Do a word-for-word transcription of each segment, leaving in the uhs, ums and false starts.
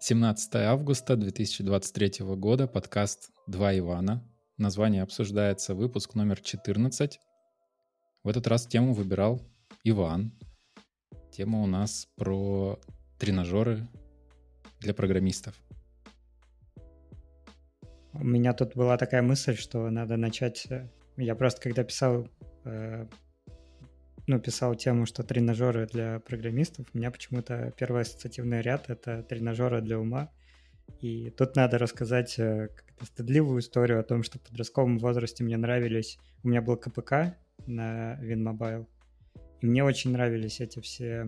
семнадцатое августа две тысячи двадцать третьего года, подкаст «Два Ивана». Название обсуждается, выпуск номер четырнадцать. В этот раз тему выбирал Иван. Тема у нас про тренажеры для программистов. У меня тут была такая мысль, что надо начать... Я просто когда писал, э, ну, писал тему, что тренажеры для программистов, у меня почему-то первый ассоциативный ряд — это тренажеры для ума. И тут надо рассказать э, как-то стыдливую историю о том, что в подростковом возрасте мне нравились... У меня был ка пэ ка на WinMobile, и мне очень нравились эти все...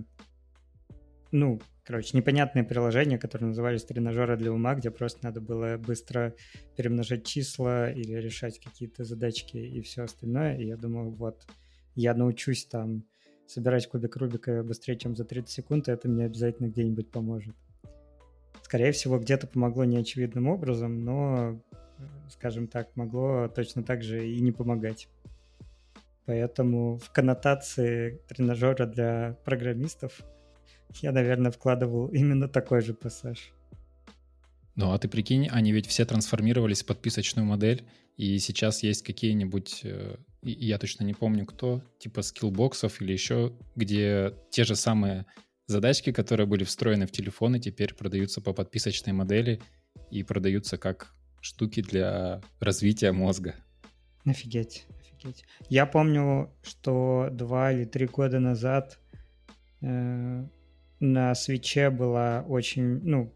Ну, короче, непонятные приложения, которые назывались тренажеры для ума, где просто надо было быстро перемножать числа или решать какие-то задачки и все остальное. И я думал, вот, я научусь там собирать кубик Рубика быстрее, чем за тридцать секунд, и это мне обязательно где-нибудь поможет. Скорее всего, где-то помогло неочевидным образом, но, скажем так, могло точно так же и не помогать. Поэтому в коннотации тренажера для программистов я, наверное, вкладывал именно такой же пассаж. Ну, а ты прикинь, они ведь все трансформировались в подписочную модель, и сейчас есть какие-нибудь, э, я точно не помню кто, типа скиллбоксов или еще, где те же самые задачки, которые были встроены в телефоны, теперь продаются по подписочной модели и продаются как штуки для развития мозга. Офигеть, офигеть. Я помню, что два или три года назад э, на Свитче была очень, ну,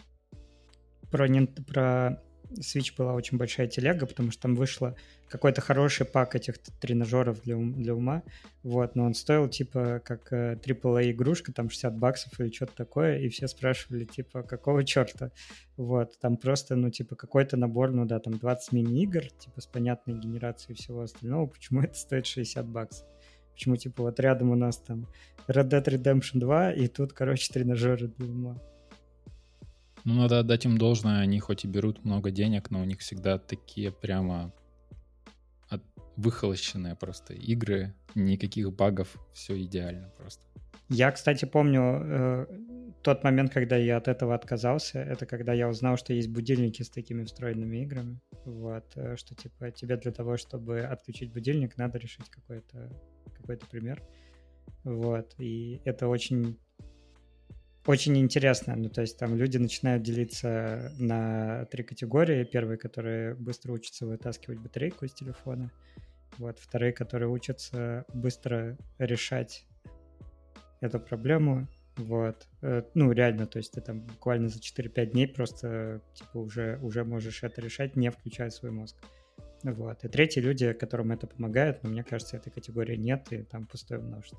про, про Switch была очень большая телега, потому что там вышло какой-то хороший пак этих тренажеров для, ум, для ума, вот, но он стоил типа как трипл эй игрушка, там шестьдесят баксов или что-то такое, и все спрашивали, типа, какого черта, вот, там просто, ну, типа, какой-то набор, ну да, там двадцать мини-игр, типа, с понятной генерацией всего остального, почему это стоит шестьдесят баксов? Почему, типа, вот рядом у нас там Red Dead Redemption два, и тут, короче, тренажеры для ума. Ну, надо отдать им должное, они хоть и берут много денег, но у них всегда такие прямо от... выхолощенные просто игры, никаких багов, все идеально просто. Я, кстати, помню э, тот момент, когда я от этого отказался, это когда я узнал, что есть будильники с такими встроенными играми, вот, э, что, типа, тебе для того, чтобы отключить будильник, надо решить какой-то, какой-то пример, вот, и это очень... Очень интересно, ну, то есть там люди начинают делиться на три категории. Первые, которые быстро учатся вытаскивать батарейку из телефона. Вот. Вторые, которые учатся быстро решать эту проблему. Вот. Ну, реально, то есть ты там буквально за четыре-пять дней просто типа уже, уже можешь это решать, не включая свой мозг. Вот. И третьи люди, которым это помогает, но мне кажется, этой категории нет, и там пустое множество.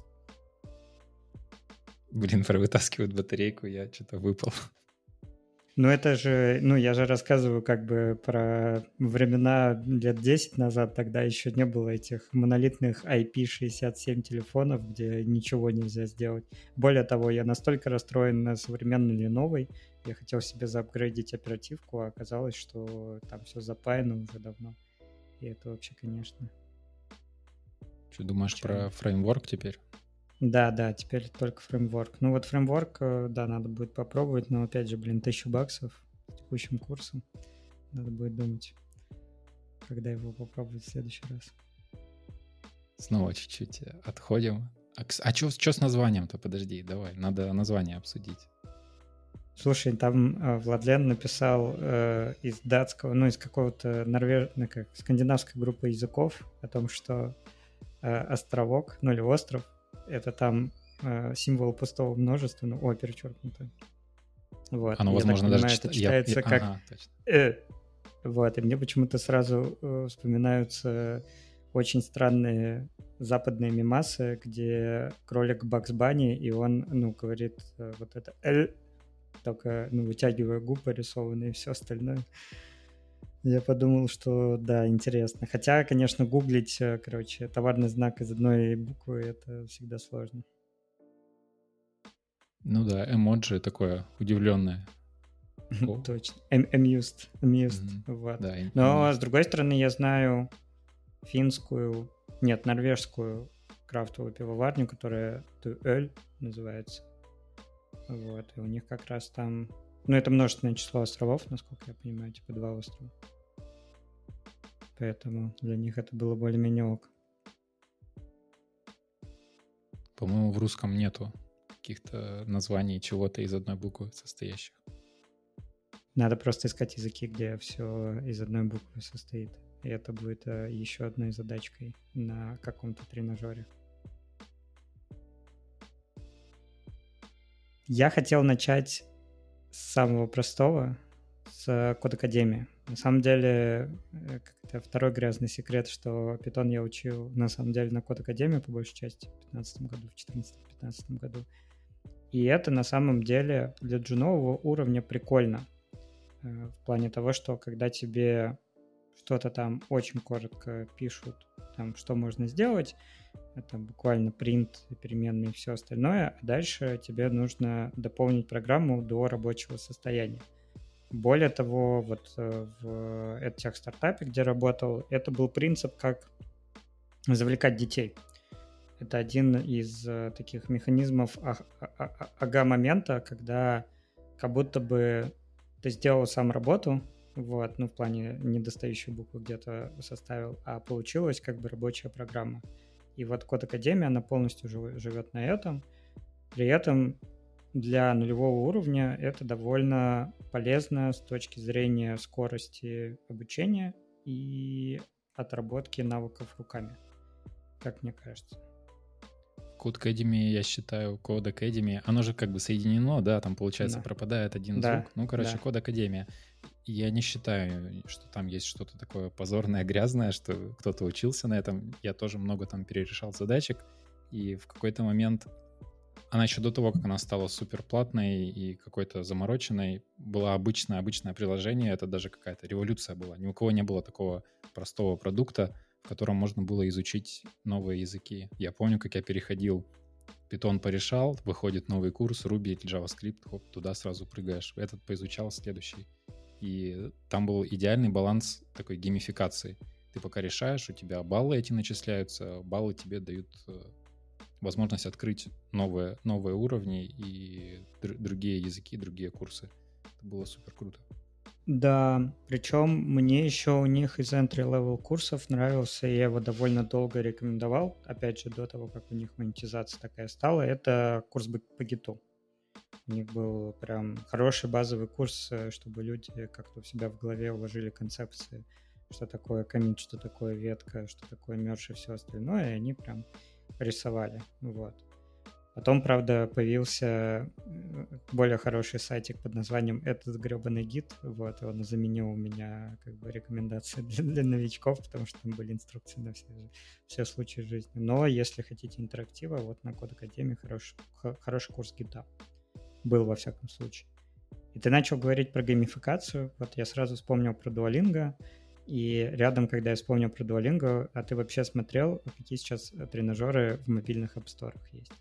Блин, про вытаскивают батарейку, я что-то выпал. Ну, это же, ну, я же рассказываю как бы про времена лет десять назад, тогда еще не было этих монолитных ай пи шестьдесят семь телефонов, где ничего нельзя сделать. Более того, я настолько расстроен на современной Lenovo, я хотел себе заапгрейдить оперативку, а оказалось, что там все запаяно уже давно. И это вообще, конечно... Что думаешь Чем? Про фреймворк теперь? Да, да, теперь только фреймворк. Ну вот фреймворк, да, надо будет попробовать, но опять же, блин, тысячу баксов с текущим курсом. Надо будет думать, когда его попробовать в следующий раз. Снова чуть-чуть отходим. А, а что с названием-то? Подожди, давай, надо название обсудить. Слушай, там э, Владлен написал э, из датского, ну, из какого-то норвеж... ну, как, скандинавской группы языков о том, что э, островок, ну, или остров, это там э, символ пустого множества, ну, о, перечеркнуто. Вот. Оно, и возможно, я так понимаю, даже это чит... читается я... как... Ага, э. Вот, и мне почему-то сразу э, вспоминаются очень странные западные мемасы, где кролик Бакс Банни, и он, ну, говорит э, вот это «эль», только, ну, вытягивая губы рисованные и все остальное. Я подумал, что да, интересно. Хотя, конечно, гуглить, короче, товарный знак из одной буквы — это всегда сложно. Ну да, эмоджи такое удивленное. Точно. Amused. Amused. Mm-hmm. Вот. Да, но, amused. С другой стороны, я знаю финскую, нет, норвежскую крафтовую пивоварню, которая Туэль называется. Вот. И у них как раз там Ну, это множественное число островов, насколько я понимаю, типа два острова. Поэтому для них это было более-менее ок. По-моему, в русском нету каких-то названий чего-то из одной буквы состоящих. Надо просто искать языки, где все из одной буквы состоит. И это будет э, еще одной задачкой на каком-то тренажере. Я хотел начать с самого простого, с Код-Академии. На самом деле, как-то второй грязный секрет, что Python я учил на самом деле на Код-Академии по большей части в пятнадцатом году, в четырнадцатом-пятнадцатом году. И это на самом деле для джунового уровня прикольно. В плане того, что когда тебе что-то там очень коротко пишут, там, что можно сделать, это буквально print, переменные и все остальное, а дальше тебе нужно дополнить программу до рабочего состояния. Более того, вот в EdTech стартапе, где работал, это был принцип, как завлекать детей. Это один из таких механизмов ага-момента, когда как будто бы ты сделал сам работу, вот, ну, в плане недостающей буквы где-то составил, а получилась как бы рабочая программа. И вот Код-Академия, она полностью живет на этом. При этом для нулевого уровня это довольно полезно с точки зрения скорости обучения и отработки навыков руками, как мне кажется. Code Academy, я считаю, Code Academy, оно же как бы соединено, да, там, получается, да. пропадает один да. звук. Ну, короче, да. Code Academy. Я не считаю, что там есть что-то такое позорное, грязное, что кто-то учился на этом. Я тоже много там перерешал задачек, и в какой-то момент она еще до того, как она стала суперплатной и какой-то замороченной, была обычное, обычное приложение, это даже какая-то революция была. Ни у кого не было такого простого продукта, в котором можно было изучить новые языки. Я помню, как я переходил, Python порешал, выходит новый курс, Ruby или JavaScript, хоп, туда сразу прыгаешь. Этот поизучал, следующий. И там был идеальный баланс такой геймификации. Ты пока решаешь, у тебя баллы эти начисляются, баллы тебе дают возможность открыть новые, новые уровни и др- другие языки, другие курсы. Это было супер круто. Да, причем мне еще у них из entry-level курсов нравился, и я его довольно долго рекомендовал, опять же, до того, как у них монетизация такая стала, это курс по гиту. У них был прям хороший базовый курс, чтобы люди как-то у себя в голове уложили концепции, что такое коммит, что такое ветка, что такое мердж и все остальное, и они прям рисовали, вот. Потом, правда, появился более хороший сайтик под названием «Этот гребаный гид». Вот, он заменил у меня как бы рекомендации для, для новичков, потому что там были инструкции на все, все случаи жизни. Но если хотите интерактива, вот на Code Academy хороший, хороший курс гита был во всяком случае. И ты начал говорить про геймификацию. Вот я сразу вспомнил про Duolingo. И рядом, когда я вспомнил про Duolingo, а ты вообще смотрел, какие сейчас тренажеры в мобильных апп-сторах есть?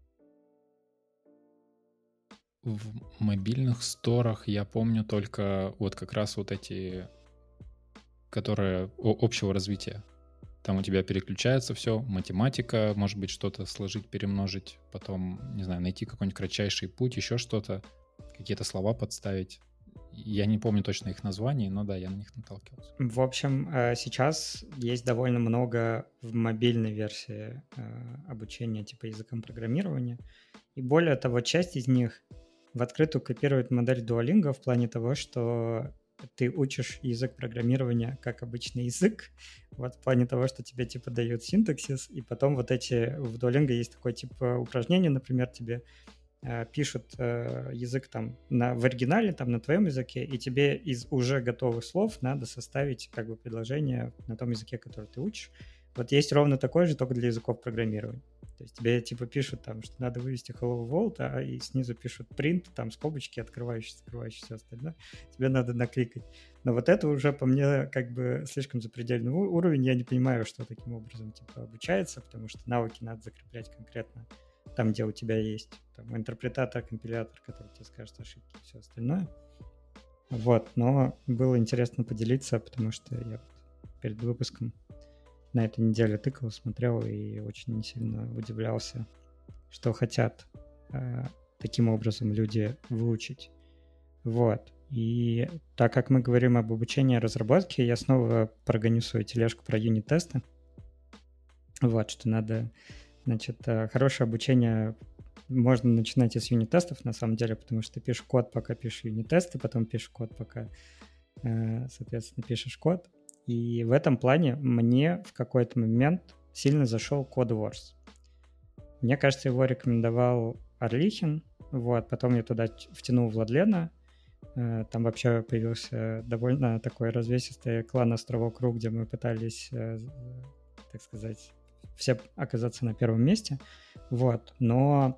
В мобильных сторах я помню только вот как раз вот эти, которые общего развития. Там у тебя переключается все, математика, может быть, что-то сложить, перемножить, потом, не знаю, найти какой-нибудь кратчайший путь, еще что-то, какие-то слова подставить. Я не помню точно их названий, но да, я на них наталкивался. В общем, сейчас есть довольно много в мобильной версии обучения типа языкам программирования. И более того, часть из них в открытую копирует модель Duolingo в плане того, что ты учишь язык программирования как обычный язык, вот в плане того, что тебе типа дают синтаксис, и потом вот эти, в Duolingo есть такое типа упражнение, например, тебе э, пишут э, язык там на, в оригинале, там на твоем языке, и тебе из уже готовых слов надо составить как бы предложение на том языке, который ты учишь. Вот есть ровно такой же, только для языков программирования. То есть тебе типа пишут там, что надо вывести hello world, а и снизу пишут print, там скобочки, открывающие, закрывающие, все остальное. Тебе надо накликать. Но вот это уже по мне как бы слишком запредельный уровень. Я не понимаю, что таким образом типа обучается, потому что навыки надо закреплять конкретно там, где у тебя есть там, интерпретатор, компилятор, который тебе скажет ошибки и все остальное. Вот, но было интересно поделиться, потому что я перед выпуском на этой неделе тыкал, смотрел и очень сильно удивлялся, что хотят э, таким образом люди выучить Вот. И так как мы говорим об обучении и разработке, я снова прогоню свою тележку про юнит-тесты. Вот, что надо, значит, хорошее обучение можно начинать и с юнит-тестов, на самом деле, потому что ты пишешь код, пока пишешь юнит-тесты, потом пишешь код, пока, соответственно, пишешь код. И в этом плане мне в какой-то момент сильно зашел CodeWars. Мне кажется, его рекомендовал Орлихин, вот, потом я туда втянул Владлена. Там вообще появился довольно такой развесистый клан Островок Ру, где мы пытались, так сказать, все оказаться на первом месте. Вот. Но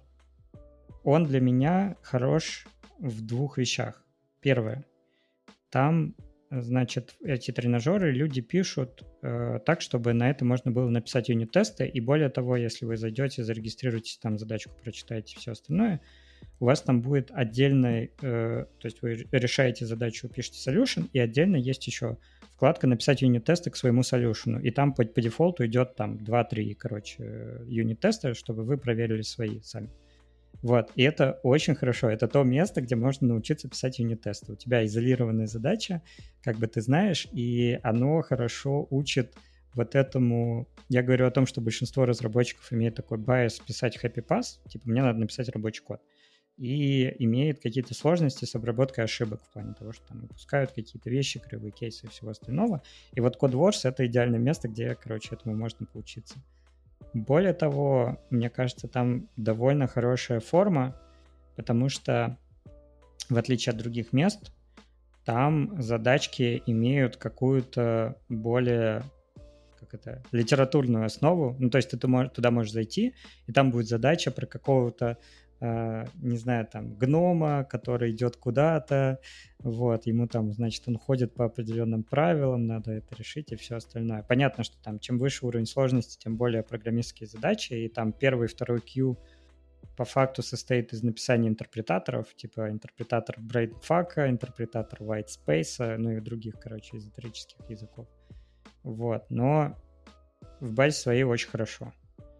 он для меня хорош в двух вещах. Первое. Там, значит, эти тренажеры люди пишут э, так, чтобы на это можно было написать юнит-тесты. И более того, если вы зайдете, зарегистрируетесь, там задачку прочитаете, все остальное, у вас там будет отдельный, э, то есть вы решаете задачу, пишете solution, и отдельно есть еще вкладка «Написать юнит-тесты к своему solution». И там по, по дефолту идет там два-три, короче, юнит-теста, чтобы вы проверили свои сами. Вот, и это очень хорошо. Это то место, где можно научиться писать юнит-тесты. У тебя изолированная задача, как бы ты знаешь, и оно хорошо учит вот этому... Я говорю о том, что большинство разработчиков имеет такой байс писать happy pass, типа мне надо написать рабочий код, и имеет какие-то сложности с обработкой ошибок в плане того, что там упускают какие-то вещи, кривые кейсы и всего остального. И вот CodeWars — это идеальное место, где, короче, этому можно поучиться. Более того, мне кажется, там довольно хорошая форма, потому что, в отличие от других мест, там задачки имеют какую-то более, как это, литературную основу. Ну, то есть ты туда можешь зайти, и там будет задача про какого-то, э, не знаю, там, гнома, который идет куда-то, вот, ему там, значит, он ходит по определенным правилам, надо это решить и все остальное. Понятно, что там, чем выше уровень сложности, тем более программистские задачи, и там первый и второй Q по факту состоит из написания интерпретаторов, типа интерпретатор brainfuck, интерпретатор white space, ну и других, короче, эзотерических языков. Вот, но в базе своей очень хорошо.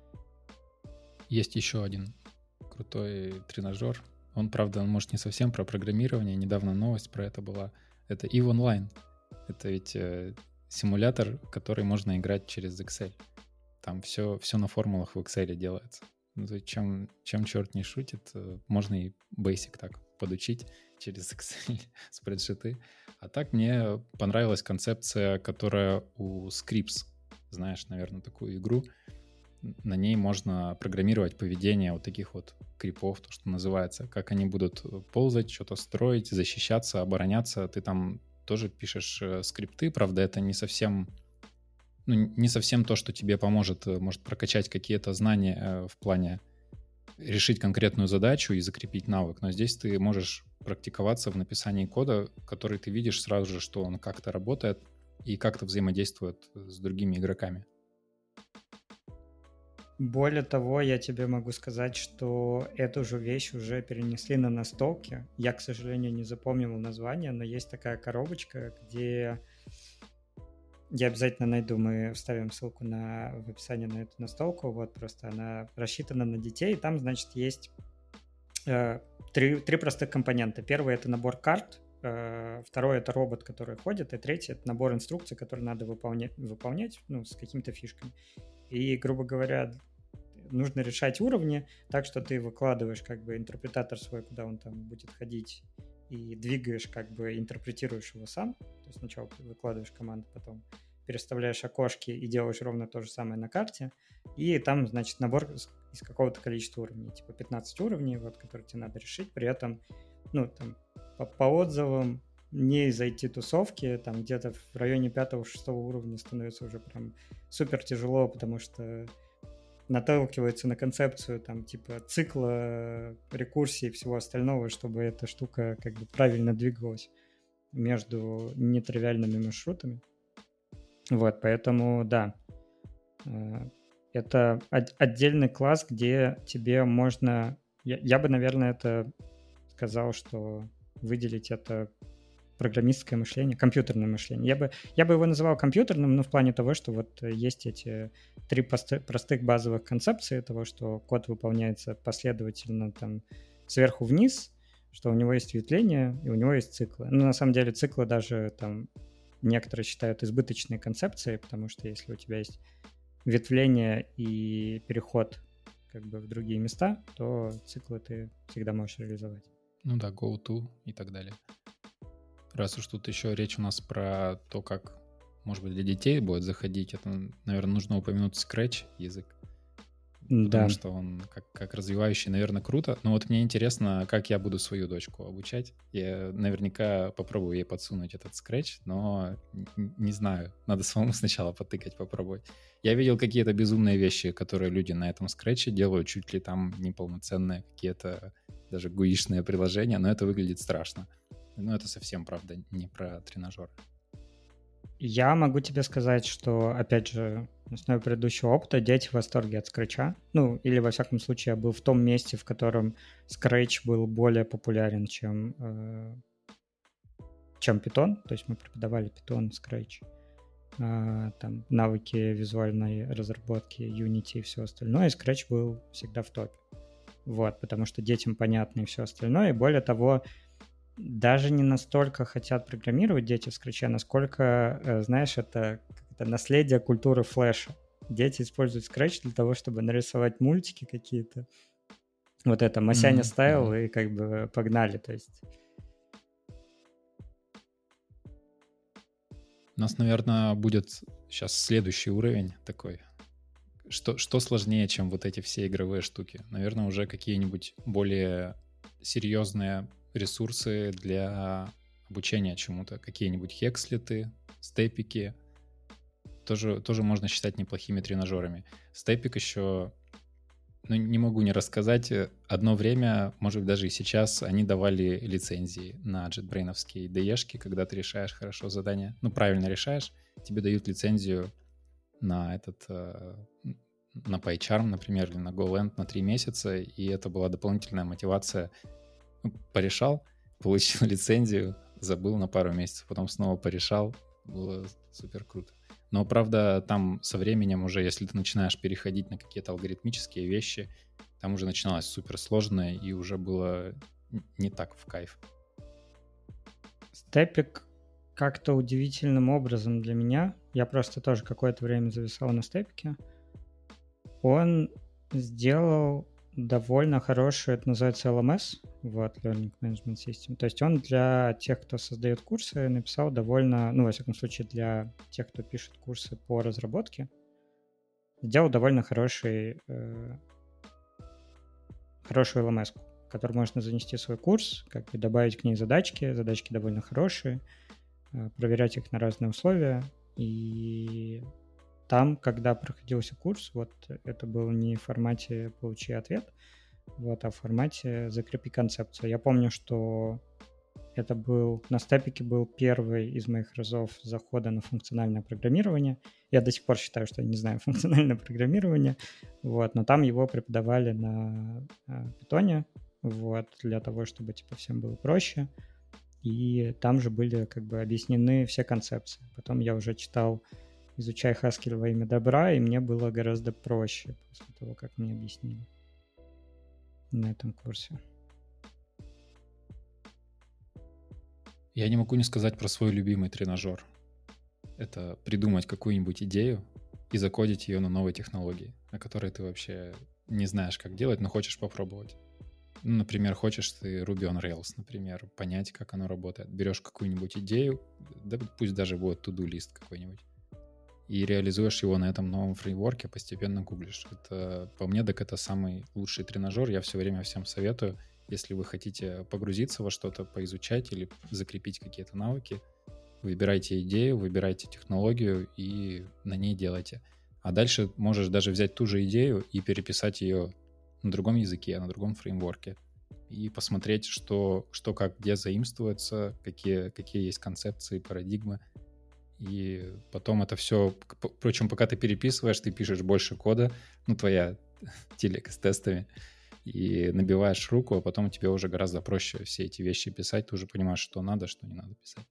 Есть еще один крутой тренажер. Он, правда, он, может, не совсем про программирование. Недавно новость про это была. Это Eve Online. Это ведь э, симулятор, который можно играть через Excel. Там все, все на формулах в Excel делается. Ну, то есть чем, чем черт не шутит, можно и Basic так подучить через Excel, спредшиты. А так мне понравилась концепция, которая у Scripps, знаешь, наверное, такую игру. На ней можно программировать поведение вот таких вот крипов, то, что называется, как они будут ползать, что-то строить, защищаться, обороняться. Ты там тоже пишешь скрипты, правда, это не совсем, ну, не совсем то, что тебе поможет, может прокачать какие-то знания в плане решить конкретную задачу и закрепить навык, но здесь ты можешь практиковаться в написании кода, который ты видишь сразу же, что он как-то работает и как-то взаимодействует с другими игроками. Более того, я тебе могу сказать, что эту же вещь уже перенесли на настолки. Я, к сожалению, не запомнил название, но есть такая коробочка, где... Я обязательно найду, мы вставим ссылку на, в описании на эту настолку. Вот просто она рассчитана на детей. И там, значит, есть э, три, три простых компонента. Первый — это набор карт. Э, второй — это робот, который ходит. И третий — это набор инструкций, которые надо выполнять, выполнять ну, с какими-то фишками. И, грубо говоря, нужно решать уровни так, что ты выкладываешь как бы интерпретатор свой, куда он там будет ходить, и двигаешь, как бы интерпретируешь его сам. То есть сначала выкладываешь команду, потом переставляешь окошки и делаешь ровно то же самое на карте. И там, значит, набор из какого-то количества уровней, типа пятнадцать уровней, вот, которые тебе надо решить. При этом, ну, там, по, по отзывам, не из ай ти-тусовки, там где-то в районе пятого-шестого уровня становится уже прям супер тяжело, потому что наталкивается на концепцию там типа цикла, рекурсии и всего остального, чтобы эта штука как бы правильно двигалась между нетривиальными маршрутами. Вот, поэтому, да, это отдельный класс, где тебе можно... Я, я бы, наверное, это сказал, что выделить это программистское мышление, компьютерное мышление. Я бы, я бы его называл компьютерным, но в плане того, что вот есть эти три посты, простых базовых концепции того, что код выполняется последовательно там сверху вниз, что у него есть ветвление и у него есть циклы. Ну, на самом деле, циклы даже там некоторые считают избыточной концепцией, потому что если у тебя есть ветвление и переход как бы в другие места, то циклы ты всегда можешь реализовать. Ну да, go-to и так далее. Раз уж тут еще речь у нас про то, как, может быть, для детей будет заходить, это, наверное, нужно упомянуть Scratch язык. Потому Да. что он как, как развивающий, наверное, круто. Но вот мне интересно, как я буду свою дочку обучать. Я наверняка попробую ей подсунуть этот Scratch, но н- не знаю. Надо самому сначала потыкать, попробовать. Я видел какие-то безумные вещи, которые люди на этом Scratch делают, чуть ли там неполноценные какие-то даже гуишные приложения, но это выглядит страшно. Но это совсем, правда, не про тренажер. Я могу тебе сказать, что, опять же, на основе предыдущего опыта дети в восторге от скретча. Ну, или, во всяком случае, я был в том месте, в котором скретч был более популярен, чем, э, чем питон. То есть мы преподавали питон, скретч, э, там, навыки визуальной разработки, Unity и все остальное. И скретч был всегда в топе. Вот, потому что детям понятно и все остальное. И более того, даже не настолько хотят программировать дети в скретче, насколько, знаешь, это, это наследие культуры флеша. Дети используют скретч для того, чтобы нарисовать мультики какие-то. Вот это Масяня стайл, mm-hmm. и как бы погнали, то есть. У нас, наверное, будет сейчас следующий уровень такой. Что, что сложнее, чем вот эти все игровые штуки? Наверное, уже какие-нибудь более серьезные ресурсы для обучения чему-то. Какие-нибудь хекслеты, степики. Тоже, тоже можно считать неплохими тренажерами. Степик еще, ну, не могу не рассказать. Одно время, может быть, даже и сейчас, они давали лицензии на JetBrains-овские ди-шки, когда ты решаешь хорошо задание. Ну, правильно решаешь, тебе дают лицензию на этот... на PyCharm, например, или на GoLand на три месяца, и это была дополнительная мотивация. Порешал, получил лицензию, забыл на пару месяцев, потом снова порешал, было супер круто. Но, правда, там со временем уже, если ты начинаешь переходить на какие-то алгоритмические вещи, там уже начиналось супер сложное, и уже было не так в кайф. Степик как-то удивительным образом для меня, я просто тоже какое-то время зависал на степике, он сделал довольно хороший, это называется эл эм эс, вот, Learning Management System. То есть он для тех, кто создает курсы, написал довольно, ну, во всяком случае, для тех, кто пишет курсы по разработке, сделал довольно хороший, э, хорошую эл эм эс, в которую можно занести свой курс, как бы добавить к ней задачки, задачки довольно хорошие, э, проверять их на разные условия, и... Там, когда проходился курс, вот это было не в формате «получи ответ», вот, а в формате «закрепи концепцию». Я помню, что это был, на степике был первый из моих разов захода на функциональное программирование. Я до сих пор считаю, что я не знаю функциональное программирование, вот, но там его преподавали на питоне, вот, для того, чтобы, типа, всем было проще. И там же были, как бы, объяснены все концепции. Потом я уже читал «Изучай Haskell во имя добра», и мне было гораздо проще после того, как мне объяснили на этом курсе. Я не могу не сказать про свой любимый тренажер. Это придумать какую-нибудь идею и закодить ее на новой технологии, о которой ты вообще не знаешь, как делать, но хочешь попробовать. Ну, например, хочешь ты Ruby on Rails, например, понять, как оно работает. Берешь какую-нибудь идею, да пусть даже будет to-do-лист какой-нибудь, и реализуешь его на этом новом фреймворке, постепенно гуглишь. Это, по мне, так это самый лучший тренажер. Я все время всем советую, если вы хотите погрузиться во что-то, поизучать или закрепить какие-то навыки, выбирайте идею, выбирайте технологию и на ней делайте. А дальше можешь даже взять ту же идею и переписать ее на другом языке, на другом фреймворке и посмотреть, что, что как, где заимствуется, какие, какие есть концепции, парадигмы. И потом это все... Впрочем, пока ты переписываешь, ты пишешь больше кода, ну, твоя телека с тестами, и набиваешь руку, а потом тебе уже гораздо проще все эти вещи писать. Ты уже понимаешь, что надо, что не надо писать.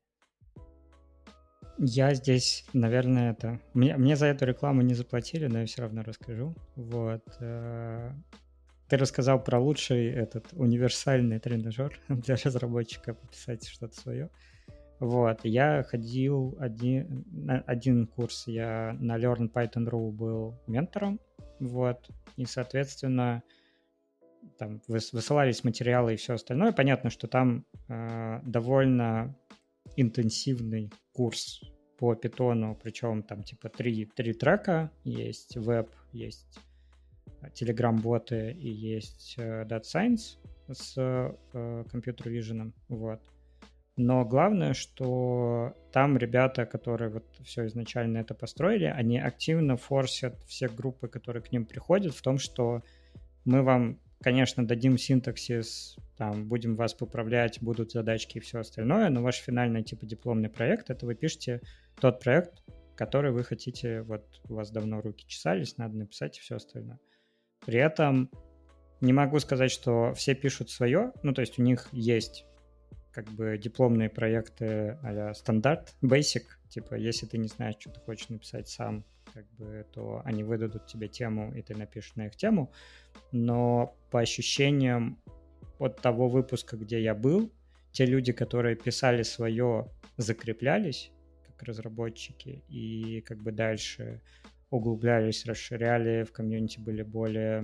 Я здесь, наверное, это... Мне, мне за эту рекламу не заплатили, но я все равно расскажу. Вот. ты рассказал про лучший этот универсальный тренажер для разработчика пописать что-то свое. Вот, я ходил один, один курс, я на learn python точка ру был ментором, вот, и, соответственно, там высылались материалы и все остальное. Понятно, что там э, довольно интенсивный курс по питону, причем там типа три, три трека, есть веб, есть Telegram-боты и есть э, Data Science с э, Computer Vision, вот. Но главное, что там ребята, которые вот все изначально это построили, они активно форсят все группы, которые к ним приходят, в том, что мы вам, конечно, дадим синтаксис, там, будем вас поправлять, будут задачки и все остальное, но ваш финальный типа дипломный проект, это вы пишете тот проект, который вы хотите, вот у вас давно руки чесались, надо написать и все остальное. При этом не могу сказать, что все пишут свое, ну, то есть у них есть как бы дипломные проекты а-ля стандарт, basic, типа, если ты не знаешь, что ты хочешь написать сам, как бы, то они выдадут тебе тему, и ты напишешь на их тему, но по ощущениям от того выпуска, где я был, те люди, которые писали свое, закреплялись как разработчики, и как бы дальше углублялись, расширяли, в комьюнити были более...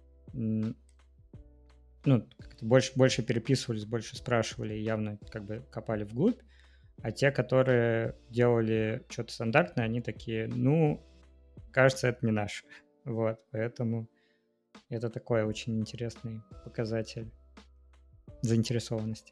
ну, как-то больше, больше переписывались, больше спрашивали и явно как бы копали вглубь, а те, которые делали что-то стандартное, они такие, ну, кажется, это не наше. Вот, поэтому это такой очень интересный показатель заинтересованности.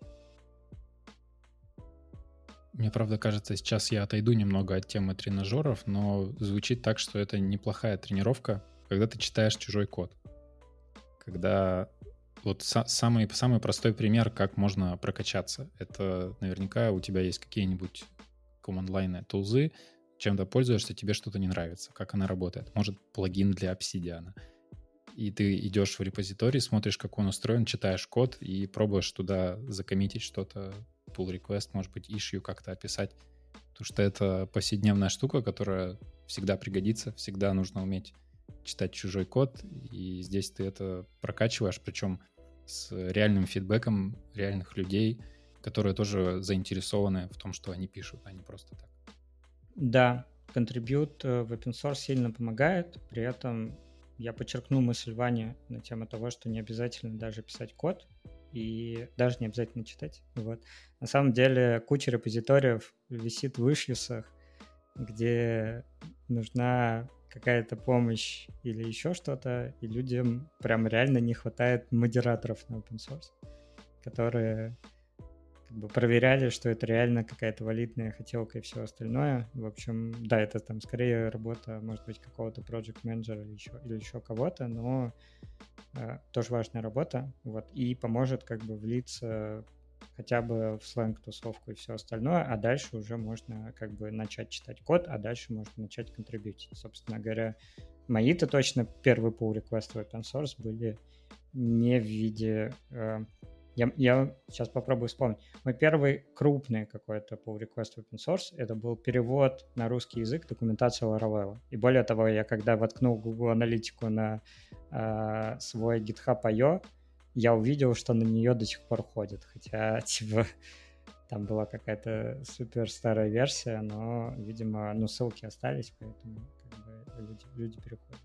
Мне, правда, кажется, сейчас я отойду немного от темы тренажеров, но звучит так, что это неплохая тренировка, когда ты читаешь чужой код. Когда... Вот самый, самый простой пример, как можно прокачаться. Это наверняка у тебя есть какие-нибудь command-line тулзы, чем-то пользуешься, тебе что-то не нравится, как она работает. Может, плагин для Obsidian. И ты идешь в репозиторий, смотришь, как он устроен, читаешь код и пробуешь туда закоммитить что-то, pull request, может быть, issue как-то описать. Потому что это повседневная штука, которая всегда пригодится, всегда нужно уметь читать чужой код, и здесь ты это прокачиваешь, причем с реальным фидбэком реальных людей, которые тоже заинтересованы в том, что они пишут, а не просто так. Да, контрибьют в open source сильно помогает, при этом я подчеркну мысль Вани на тему того, что не обязательно даже писать код, и даже не обязательно читать. Вот. На самом деле куча репозиториев висит в ишьюсах, где нужна какая-то помощь или еще что-то, и людям прям реально не хватает модераторов на open source, которые как бы проверяли, что это реально какая-то валидная хотелка и все остальное. В общем, да, это там скорее работа, может быть, какого-то project manager или еще, или еще кого-то, но э, тоже важная работа, вот, и поможет как бы влиться хотя бы в сленг-тусовку и все остальное, а дальше уже можно как бы начать читать код, а дальше можно начать контрибьютить. Собственно говоря, мои-то точно первые pull-реквесты в open source были не в виде... Э, я, я сейчас попробую вспомнить. Мой первый крупный какой-то pull-request в open source это был перевод на русский язык документации Laravel. И более того, я когда воткнул Google Аналитику на э, свой GitHub точка ай о, я увидел, что на нее до сих пор ходит, хотя, типа, там была какая-то супер старая версия, но, видимо, ну, ссылки остались, поэтому как бы, люди, люди переходят.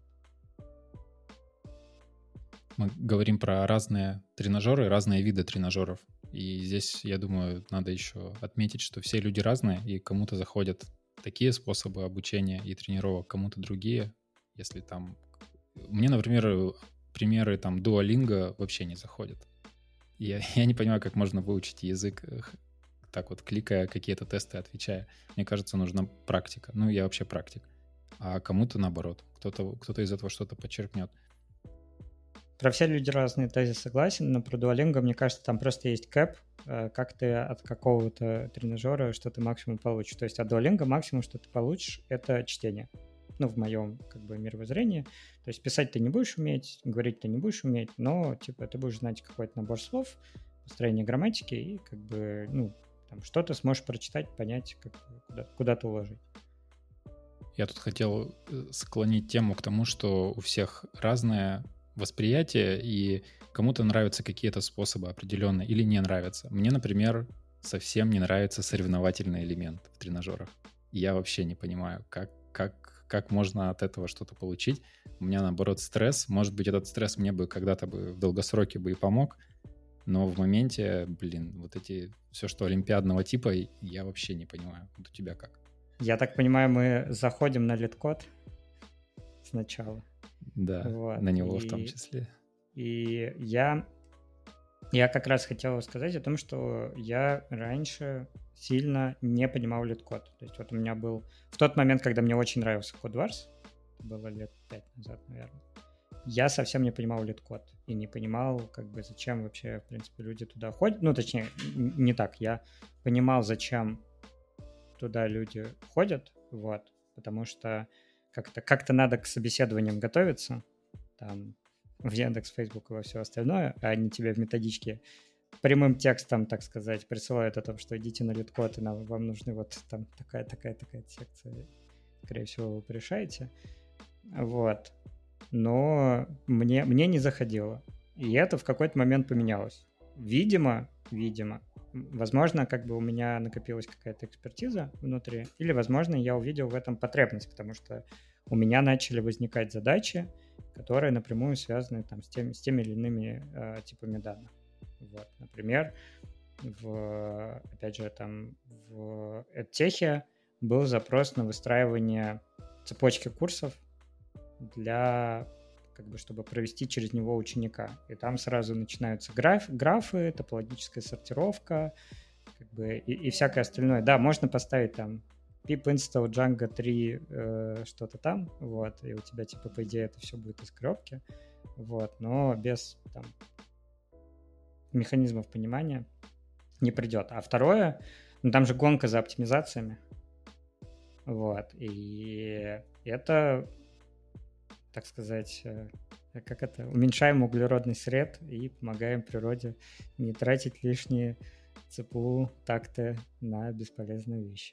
Мы говорим про разные тренажеры, разные виды тренажеров, и здесь, я думаю, надо еще отметить, что все люди разные, и кому-то заходят такие способы обучения и тренировок, кому-то другие, если там... Мне, например... примеры там Duolingo вообще не заходят. Я, я не понимаю, как можно выучить язык так вот, кликая какие-то тесты, отвечая. Мне кажется, нужна практика. Ну, я вообще практик. А кому-то наоборот. Кто-то, кто-то из этого что-то подчеркнет. Про все люди разные, тезис согласен, но про Duolingo, мне кажется, там просто есть кэп, как ты от какого-то тренажера, что ты максимум получишь. То есть от Duolingo максимум, что ты получишь, это чтение. Ну, в моем, как бы, мировоззрении. То есть писать ты не будешь уметь, говорить ты не будешь уметь, но, типа, ты будешь знать какой-то набор слов, построение грамматики, и, как бы, ну, там, что-то сможешь прочитать, понять, как, куда, куда-то уложить. Я тут хотел склонить тему к тому, что у всех разное восприятие, и кому-то нравятся какие-то способы определенные или не нравятся. Мне, например, совсем не нравится соревновательный элемент в тренажерах. Я вообще не понимаю, как, как, как можно от этого что-то получить. У меня, наоборот, стресс. Может быть, этот стресс мне бы когда-то бы в долгосроке бы и помог, но в моменте, блин, вот эти все, что олимпиадного типа, я вообще не понимаю. Вот у тебя как? Я так понимаю, мы заходим на лид-код сначала. Да, вот. На него и, в том числе. И я, я как раз хотел сказать о том, что я раньше сильно не понимал лид-код. То есть вот у меня был... В тот момент, когда мне очень нравился CodeWars, было лет пять назад, наверное, я совсем не понимал лид-код и не понимал, как бы, зачем вообще, в принципе, люди туда ходят. Ну, точнее, не так. Я понимал, зачем туда люди ходят, вот, потому что как-то, как-то надо к собеседованиям готовиться, там, в Яндекс, Фейсбук и во все остальное, а они тебе в методичке прямым текстом, так сказать, присылают о том, что идите на лид-код, и нам, вам нужны вот там такая-такая-такая секция. Скорее всего, вы порешаете. Вот. Но мне, мне не заходило. И это в какой-то момент поменялось. Видимо, видимо, возможно, как бы у меня накопилась какая-то экспертиза внутри, или, возможно, я увидел в этом потребность, потому что у меня начали возникать задачи, которые напрямую связаны там, с, теми, с теми или иными э, типами данных. Вот. Например, в, опять же, там, в EdTech был запрос на выстраивание цепочки курсов для, как бы, чтобы провести через него ученика. И там сразу начинаются граф, графы, топологическая сортировка, как бы, и, и всякое остальное. Да, можно поставить там pip install Django три э, что-то там, вот, и у тебя, типа, по идее, это все будет из коробки, вот, но без там механизмов понимания не придет. А второе, ну, там же гонка за оптимизациями, вот, и это, так сказать, как это, уменьшаем углеродный след и помогаем природе не тратить лишние ЦПУ, такты на бесполезные вещи.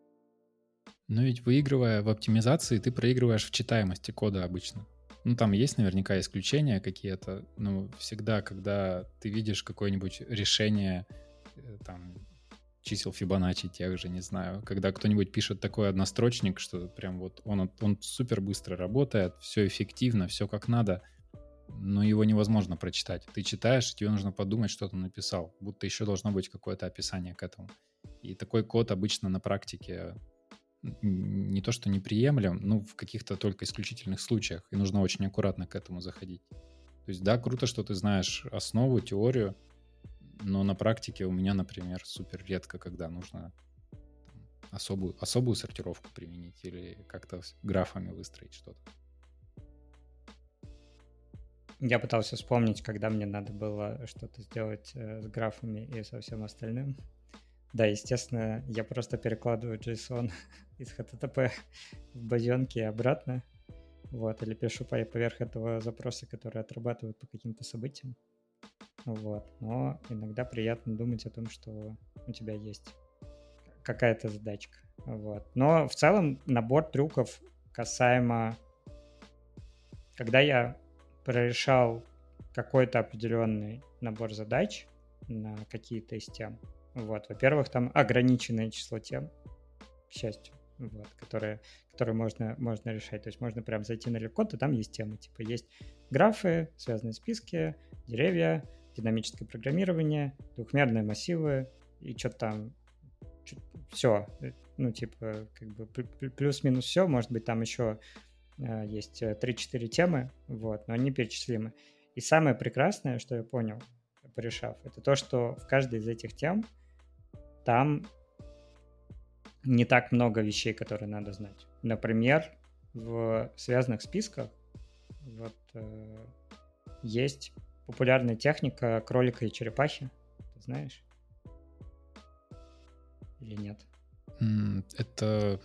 Но ведь выигрывая в оптимизации, ты проигрываешь в читаемости кода обычно. Ну, там есть наверняка исключения какие-то, но всегда, когда ты видишь какое-нибудь решение, там, чисел Фибоначчи тех же, не знаю, когда кто-нибудь пишет такой однострочник, что прям вот он, он супер быстро работает, все эффективно, все как надо, но его невозможно прочитать. Ты читаешь, тебе нужно подумать, что ты написал, будто еще должно быть какое-то описание к этому. И такой код обычно на практике не то что неприемлем, ну, в каких-то только исключительных случаях, и нужно очень аккуратно к этому заходить. То есть, да, круто, что ты знаешь основу, теорию, но на практике у меня, например, супер редко, когда нужно там, особую, особую сортировку применить или как-то графами выстроить что-то. Я пытался вспомнить, когда мне надо было что-то сделать э, с графами и со всем остальным. Да, естественно, я просто перекладываю JSON из эйч ти ти пи в базенки и обратно. Вот, или пишу поверх этого запроса, которые отрабатывают по каким-то событиям. Вот. Но иногда приятно думать о том, что у тебя есть какая-то задачка. Вот. Но в целом набор трюков касаемо... Когда я прорешал какой-то определенный набор задач на какие-то из тем, вот, во-первых, там ограниченное число тем, к счастью, вот, которые, которые можно, можно решать. То есть можно прям зайти на лид-код, и там есть темы. Типа есть графы, связанные списки, деревья, динамическое программирование, двухмерные массивы и что-то там, все. Ну, типа, как бы плюс-минус все. Может быть, там еще э, есть три-четыре темы, вот, но они перечислимы. И самое прекрасное, что я понял, порешав, это то, что в каждой из этих тем там не так много вещей, которые надо знать. Например, в связанных списках вот, э, есть популярная техника кролика и черепахи. Ты знаешь? Или нет? Это...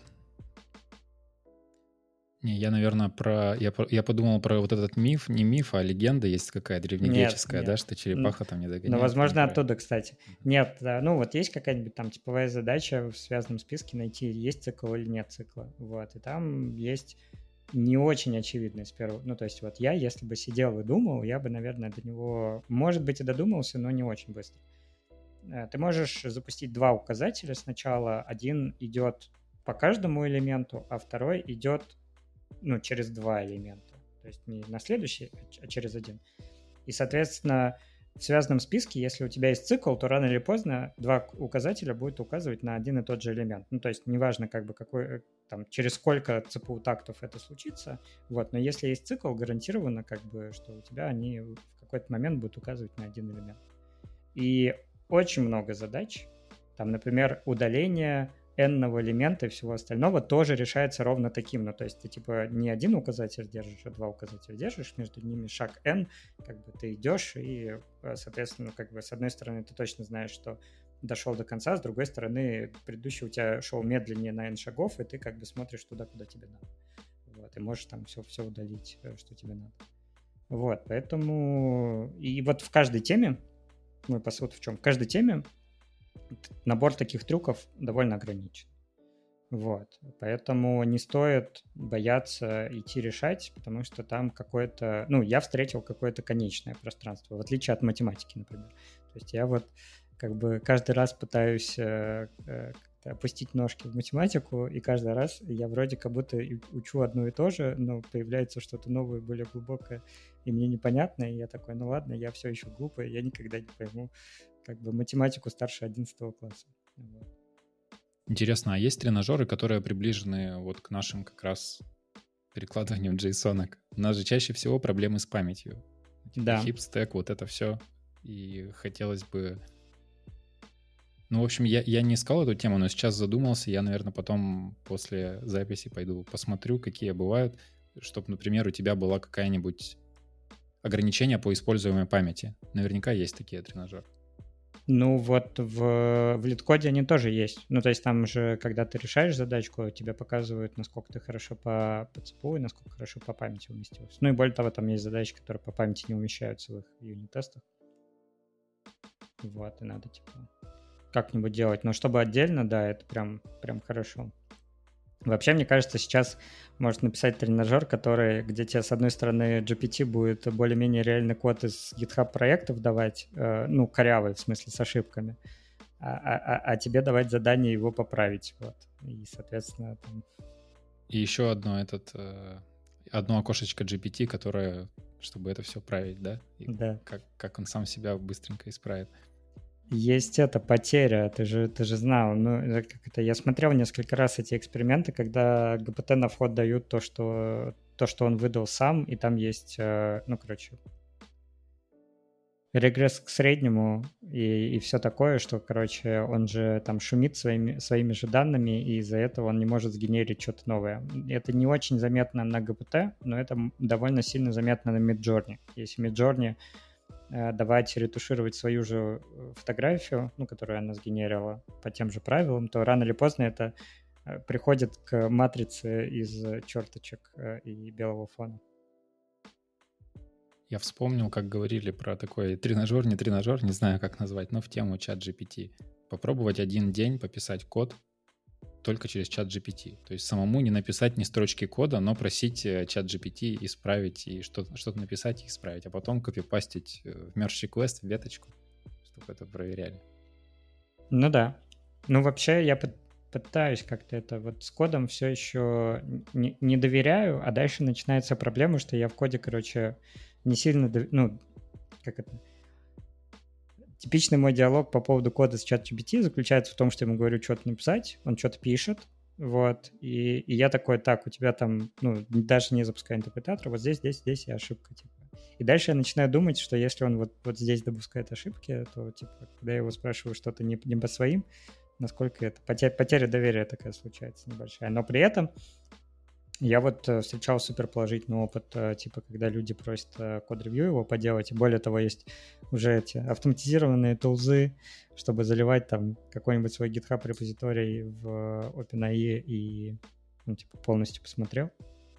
Не, я, наверное, про... Я, я подумал про вот этот миф, не миф, а легенда есть какая древнегреческая, нет, да, нет. Что черепаха там не догоняет. Ну, возможно, оттуда, кстати. Нет, да, ну вот есть какая-нибудь там типовая задача в связанном списке найти, есть цикл или нет цикла. Вот, и там есть не очень очевидный с первого. Ну, то есть вот я, если бы сидел и думал, я бы, наверное, до него, может быть, и додумался, но не очень быстро. Ты можешь запустить два указателя сначала. Один идет по каждому элементу, а второй идет, ну, через два элемента. То есть не на следующий, а через один. И, соответственно, в связанном списке, если у тебя есть цикл, то рано или поздно два указателя будут указывать на один и тот же элемент. Ну, то есть неважно, как бы какой, там, через сколько цэ пэ у-тактов это случится, вот, но если есть цикл, гарантированно, как бы, что у тебя они в какой-то момент будут указывать на один элемент. И очень много задач, там, например, удаление n-ного элемента и всего остального тоже решается ровно таким. Ну, то есть ты, типа, не один указатель держишь, а два указателя держишь, между ними шаг n, как бы ты идешь, и, соответственно, как бы с одной стороны ты точно знаешь, что дошел до конца, с другой стороны предыдущий у тебя шел медленнее на n шагов, и ты как бы смотришь туда, куда тебе надо. Вот, и можешь там все, все удалить, что тебе надо. Вот, поэтому... И вот в каждой теме, мой посыл в чем? В каждой теме набор таких трюков довольно ограничен. Вот. Поэтому не стоит бояться идти решать, потому что там какое-то... Ну, я встретил какое-то конечное пространство, в отличие от математики, например. То есть я вот как бы каждый раз пытаюсь э, э, опустить ножки в математику, и каждый раз я вроде как будто учу одно и то же, но появляется что-то новое, более глубокое, и мне непонятно, и я такой, ну ладно, я все еще глупый, я никогда не пойму как бы математику старше одиннадцатого класса. Вот. Интересно, а есть тренажеры, которые приближены вот к нашим как раз перекладываниям джейсонок? У нас же чаще всего проблемы с памятью. Типа да. хип-стэк, вот это все. И хотелось бы... Ну, в общем, я, я не искал эту тему, но сейчас задумался. Я, наверное, потом после записи пойду посмотрю, какие бывают, чтобы, например, у тебя была какая-нибудь ограничение по используемой памяти. Наверняка есть такие тренажеры. Ну вот в, в лид-коде они тоже есть. Ну то есть там же, когда ты решаешь задачку, тебе показывают, насколько ты хорошо по, по цэ пэ у и насколько хорошо по памяти уместился. Ну и более того, там есть задачи, которые по памяти не умещаются в их юнит-тестах. Вот, и надо типа как-нибудь делать. Но чтобы отдельно, да, это прям, прям хорошо. Вообще, мне кажется, сейчас можно написать тренажер, который, где тебе, с одной стороны, джи пи ти будет более-менее реальный код из GitHub проектов давать, э, ну, корявый, в смысле, с ошибками, а, а, а тебе давать задание его поправить, вот. И, соответственно, там... И еще одно этот, э, одно окошечко джи пи ти, которое, чтобы это все править, да? И да. Как, как он сам себя быстренько исправит. Есть эта потеря, ты же, ты же знал. Ну, как это, я смотрел несколько раз эти эксперименты, когда гэ пэ тэ на вход дают то, что, то, что он выдал сам, и там есть, ну, короче, регресс к среднему и, и все такое, что, короче, он же там шумит своими, своими же данными, и из-за этого он не может сгенерить что-то новое. Это не очень заметно на гэ пэ тэ, но это довольно сильно заметно на Midjourney. Если Midjourney давать ретушировать свою же фотографию, ну, которую она сгенерила по тем же правилам, то рано или поздно это приходит к матрице из черточек и белого фона. Я вспомнил, как говорили про такой тренажер, не тренажер, не знаю, как назвать, но в тему чат джи пи ти. Попробовать один день пописать код только через чат джи пи ти. То есть самому не написать ни строчки кода, но просить чат джи пи ти исправить и что-то, что-то написать и исправить, а потом копипастить в merge request в веточку, чтобы это проверяли. Ну да. Ну вообще я пытаюсь как-то это вот с кодом все еще не, не доверяю, а дальше начинается проблема, что я в коде, короче, не сильно, дов... ну, как это... Типичный мой диалог по поводу кода с чат джи пи ти заключается в том, что я ему говорю что-то написать, он что-то пишет, вот, и, и я такой, так, у тебя там, ну, даже не запуская интерпретатор, вот здесь, здесь, здесь и ошибка, типа. И дальше я начинаю думать, что если он вот, вот здесь допускает ошибки, то, типа, когда я его спрашиваю что-то не, не по своим, насколько это, потеря, потеря доверия такая случается небольшая, но при этом я вот встречал супер положительный опыт, типа, когда люди просят код-ревью его поделать, и более того, есть уже эти автоматизированные тулзы, чтобы заливать там какой-нибудь свой GitHub репозиторий в OpenAI и, ну, типа, полностью посмотрел.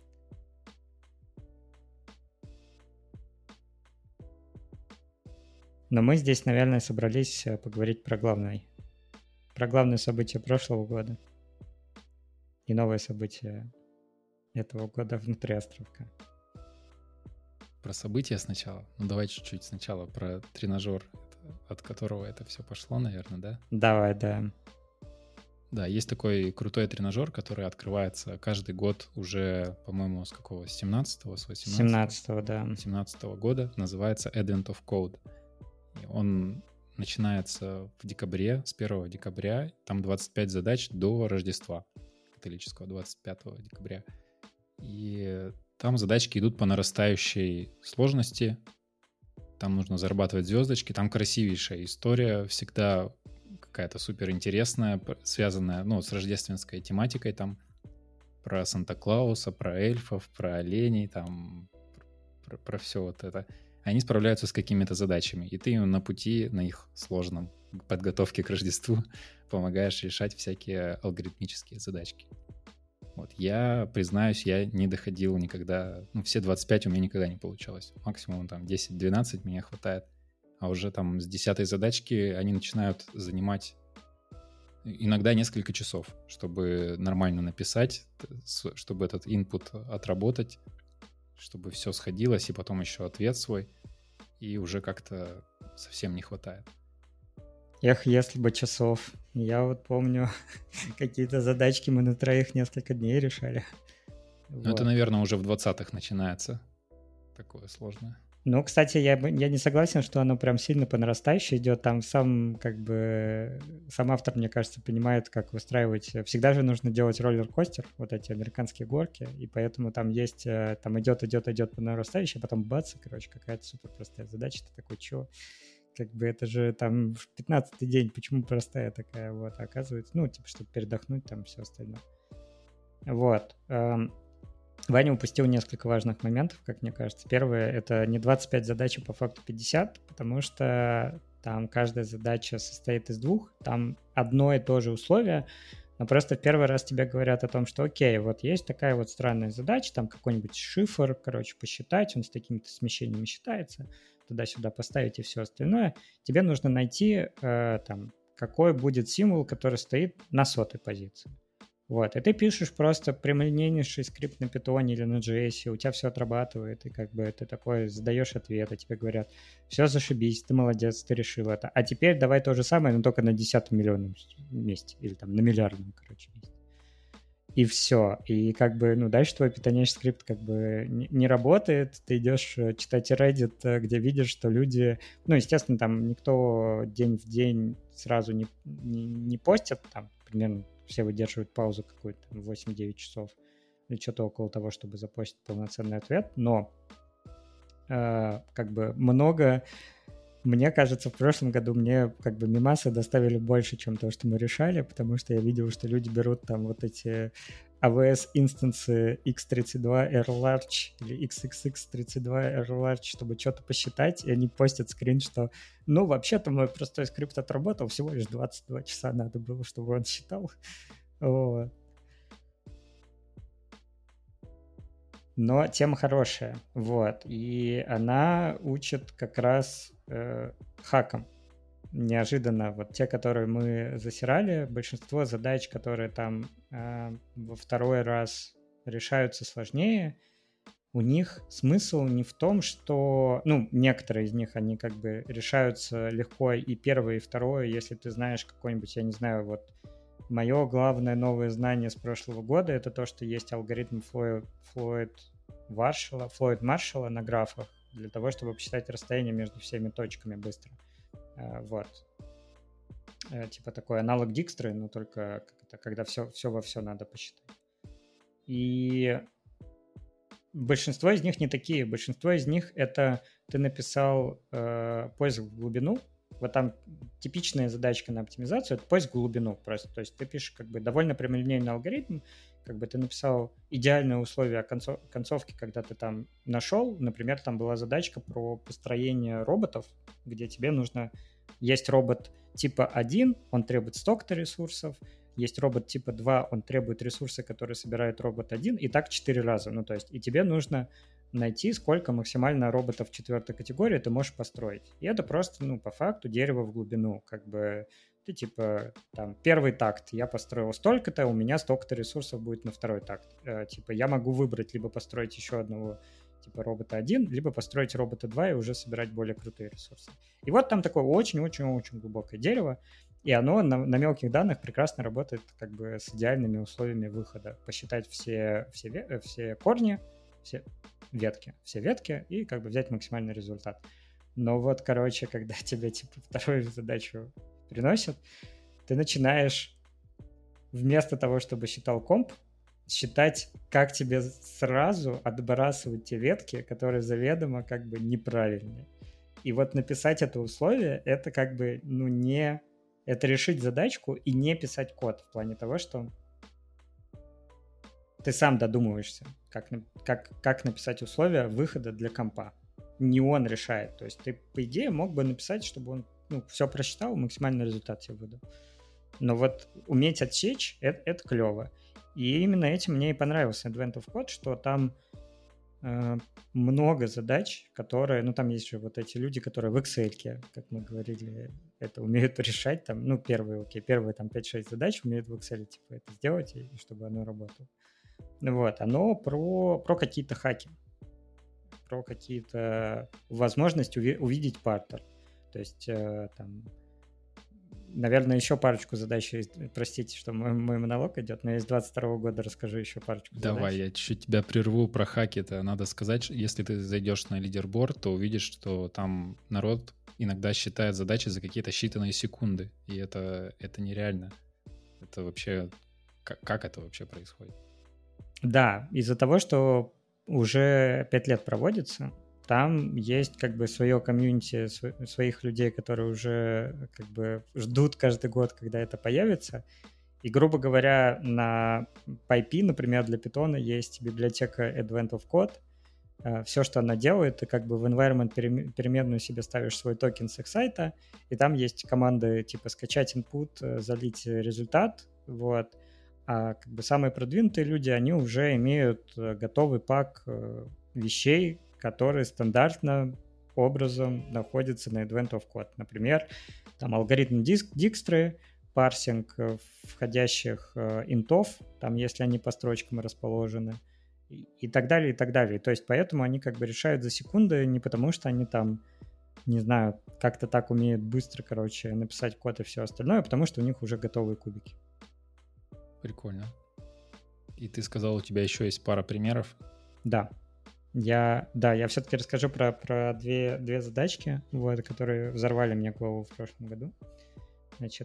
Но мы здесь, наверное, собрались поговорить про главное, про главное событие прошлого года и новое событие этого года внутри островка. Про события сначала? Ну, давай чуть-чуть сначала про тренажер, от которого это все пошло, наверное, да? Давай, да. Да, есть такой крутой тренажер, который открывается каждый год уже, по-моему, с какого? С семнадцатого, с восемнадцатого? семнадцатого, да. семнадцатого года. Называется Advent of Code. И он начинается в декабре, с первого декабря. Там двадцать пять задач до Рождества католического, двадцать пятого декабря. И там задачки идут по нарастающей сложности. Там нужно зарабатывать звездочки. Там красивейшая история, всегда какая-то суперинтересная, связанная, ну, с рождественской тематикой. Там про Санта-Клауса, про эльфов, про оленей, там про, про все вот это. Они справляются с какими-то задачами, и ты им на пути, на их сложном подготовке к Рождеству помогаешь решать всякие алгоритмические задачки. Вот, я, признаюсь, я не доходил никогда, ну, все двадцать пять у меня никогда не получалось. Максимум там десять-двенадцать мне хватает. А уже там с десятой задачки они начинают занимать иногда несколько часов, чтобы нормально написать, чтобы этот input отработать, чтобы все сходилось, и потом еще ответ свой, и уже как-то совсем не хватает. Эх, если бы часов. Я вот помню, какие-то задачки мы на троих несколько дней решали. Ну, вот. Это, наверное, уже в двадцатых начинается такое сложное. Ну, кстати, я, я не согласен, что оно прям сильно по нарастающей идет. Там сам, как бы, сам автор, мне кажется, понимает, как выстраивать. Всегда же нужно делать роллер-костер, вот эти американские горки, и поэтому там есть, там идет, идет, идет по нарастающей, а потом бац, короче, какая-то супер простая задача. Ты такой, чё? Как бы это же там в пятнадцатый день, почему простая такая, вот, а оказывается, ну, типа, чтобы передохнуть, там все остальное. Вот. Ваня упустил несколько важных моментов, как мне кажется. Первое — это не двадцать пять задач, а по факту пятьдесят, потому что там каждая задача состоит из двух, там одно и то же условие, но просто в первый раз тебе говорят о том, что окей, вот есть такая вот странная задача, там какой-нибудь шифр, короче, посчитать, он с такими-то смещениями считается, туда-сюда поставить и все остальное. Тебе нужно найти э, там, какой будет символ, который стоит на сотой позиции. Вот, и ты пишешь просто прямолинейнейший скрипт на питоне или на джей эс, у тебя все отрабатывает, и как бы ты такой задаешь ответ, и тебе говорят, все, зашибись, ты молодец, ты решил это. А теперь давай то же самое, но только на десятом миллионном месте, или там на миллиардном, короче, месте. И все. И как бы, ну, дальше твой питонейший скрипт как бы не, не работает, ты идешь читать Reddit, где видишь, что люди, ну, естественно, там никто день в день сразу не, не, не постит, там примерно все выдерживают паузу какую-то, восемь-девять часов или что-то около того, чтобы запостить полноценный ответ, но э, как бы много, мне кажется, в прошлом году мне как бы мемасы доставили больше, чем то, что мы решали, потому что я видел, что люди берут там вот эти эй ви эс-инстансы икс тридцать два эр large или икс икс икс тридцать два эр large, чтобы что-то посчитать, и они постят скрин, что ну, вообще-то мой простой скрипт отработал, всего лишь двадцать два часа надо было, чтобы он считал. Вот. Но тема хорошая, вот, и она учит как раз э, хакам. Неожиданно, вот те, которые мы засирали, большинство задач, которые там э, во второй раз решаются сложнее, у них смысл не в том, что, ну, некоторые из них, они как бы решаются легко и первое, и второе, если ты знаешь какой-нибудь, я не знаю, вот мое главное новое знание с прошлого года — это то, что есть алгоритм Флойд, Флойд Маршалла, Флойд Маршалла на графах для того, чтобы посчитать расстояние между всеми точками быстро. Вот. Типа такой аналог Дикстры, но только когда все, все во все надо посчитать. И большинство из них не такие. Большинство из них — это ты написал э, поиск в глубину. Вот там типичная задачка на оптимизацию — это поиск в глубину просто. То есть ты пишешь как бы довольно прямолинейный алгоритм, как бы ты написал идеальные условия концов, концовки, когда ты там нашел. Например, там была задачка про построение роботов, где тебе нужно... Есть робот типа один, он требует столько-то ресурсов, есть робот типа два, он требует ресурсы, которые собирает робот один, и так четыре раза. Ну, то есть, и тебе нужно найти, сколько максимально роботов четвертой категории ты можешь построить. И это просто, ну, по факту дерево в глубину. Как бы Ты типа там первый такт я построил столько-то, у меня столько-то ресурсов будет на второй такт. Э, типа я могу выбрать либо построить еще одного типа робота один, либо построить робота два и уже собирать более крутые ресурсы. И вот там такое очень-очень-очень глубокое дерево, и оно на, на мелких данных прекрасно работает как бы с идеальными условиями выхода. Посчитать все, все, все корни, все ветки, все ветки и как бы взять максимальный результат. Но вот, короче, когда тебе типа вторую задачу приносят, ты начинаешь вместо того, чтобы считал комп, считать, как тебе сразу отбрасывать те ветки, которые заведомо как бы неправильные. И вот написать это условие, это как бы, ну, не... Это решить задачку и не писать код в плане того, что ты сам додумываешься, как, как, как написать условия выхода для компа. Не он решает. То есть ты, по идее, мог бы написать, чтобы он ну, все просчитал, максимальный результат тебе выдал. Но вот уметь отсечь это, это клево. И именно этим мне и понравился Advent of Code, что там э, много задач, которые, ну там есть же вот эти люди, которые в Excel, как мы говорили, это умеют решать, там, ну первые, окей, первые там пять-шесть задач умеют в Excel типа это сделать, и чтобы оно работало. Вот, оно про, про какие-то хаки, про какие-то возможности уви- увидеть паттерн. То есть э, там наверное, еще парочку задач есть. Простите, что мой, мой монолог идет, но я с двадцать второго года расскажу еще парочку Давай, задач. Давай, я чуть тебя прерву про хаки-то. Надо сказать, если ты зайдешь на лидерборд, то увидишь, что там народ иногда считает задачи за какие-то считанные секунды. И это, это нереально. Это вообще... Как, как это вообще происходит? Да, из-за того, что уже пять лет проводится, там есть как бы свое комьюнити своих людей, которые уже как бы ждут каждый год, когда это появится. И, грубо говоря, на PyPy, например, для Python есть библиотека Advent of Code. Все, что она делает, ты как бы в environment переменную себе ставишь свой токен с их сайта, и там есть команды типа скачать input, залить результат, вот. А как бы самые продвинутые люди, они уже имеют готовый пак вещей, которые стандартным образом находятся на Advent of Code. Например, там алгоритм Dijkstra, парсинг входящих интов, там, если они по строчкам расположены, и так далее, и так далее. То есть поэтому они как бы решают за секунды, не потому что они там, не знаю, как-то так умеют быстро, короче, написать код и все остальное, а потому что у них уже готовые кубики. Прикольно. И ты сказал, у тебя еще есть пара примеров? Да. Я, да, я все-таки расскажу про, про две, две задачки, вот, которые взорвали мне голову в прошлом году. Значит,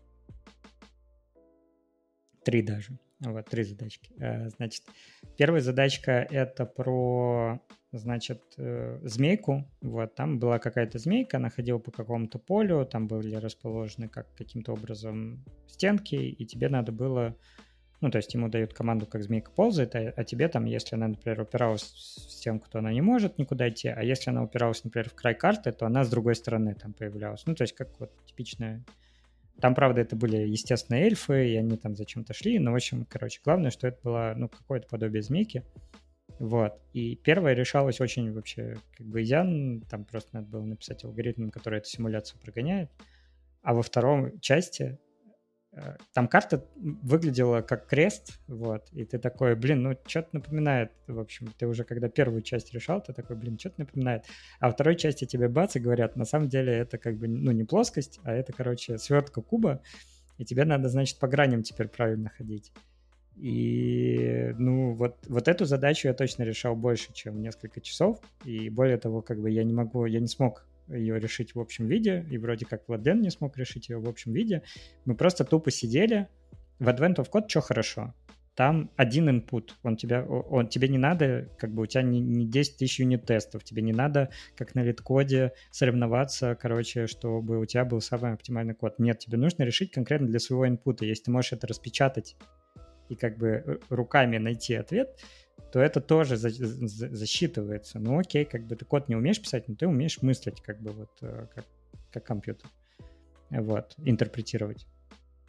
три даже. Вот, три задачки. Значит, первая задачка — это про, значит, змейку. Вот, там была какая-то змейка, она ходила по какому-то полю, там были расположены как, каким-то образом стенки, и тебе надо было... Ну, то есть ему дают команду, как змейка ползает, а, а тебе там, если она, например, упиралась в стенку, то она не может никуда идти, а если она упиралась, например, в край карты, то она с другой стороны там появлялась. Ну, то есть как вот типичная... Там, правда, это были, естественно, эльфы, и они там зачем-то шли, но, в общем, короче, главное, что это было, ну, какое-то подобие змейки. Вот. И первое решалось очень вообще как бы идеально, там просто надо было написать алгоритм, который эту симуляцию прогоняет. А во втором части там карта выглядела как крест, вот, и ты такой, блин, ну, что-то напоминает, в общем, ты уже когда первую часть решал, ты такой, блин, что-то напоминает, а во второй части тебе бац и говорят, на самом деле это как бы, ну, не плоскость, а это, короче, свертка куба, и тебе надо, значит, по граням теперь правильно ходить. И, ну, вот, вот эту задачу я точно решал больше, чем несколько часов, и более того, как бы я не могу, я не смог ее решить в общем виде, и вроде как Владлен не смог решить ее в общем виде. Мы просто тупо сидели. В Advent of Code что хорошо? Там один input. Он тебя, он, тебе не надо, как бы у тебя не, не десять тысяч юнит-тестов, тебе не надо, как на лид-коде, соревноваться, короче, чтобы у тебя был самый оптимальный код. Нет, тебе нужно решить конкретно для своего инпута. Если ты можешь это распечатать и как бы руками найти ответ, то это тоже за, за, засчитывается. Ну окей, как бы ты код не умеешь писать, но ты умеешь мыслить как бы вот как, как компьютер. Вот, интерпретировать.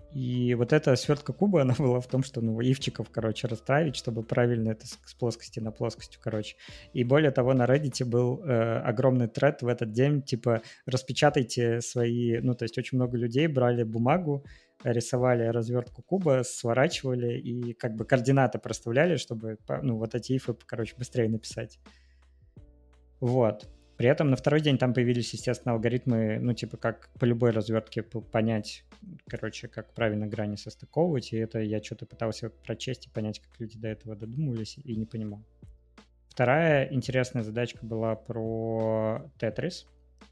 И вот эта свертка куба, она была в том, что, ну, ивчиков, короче, расправить, чтобы правильно это с, с плоскости на плоскостью, короче. И более того, на Reddit был э, огромный тред в этот день, типа, распечатайте свои... Ну, то есть очень много людей брали бумагу, рисовали развертку куба, сворачивали и как бы координаты проставляли, чтобы, ну, вот эти ифы, короче, быстрее написать. Вот. При этом на второй день там появились, естественно, алгоритмы, ну, типа, как по любой развертке понять, короче, как правильно грани состыковывать, и это я что-то пытался прочесть и понять, как люди до этого додумывались, и не понимал. Вторая интересная задачка была про Тетрис,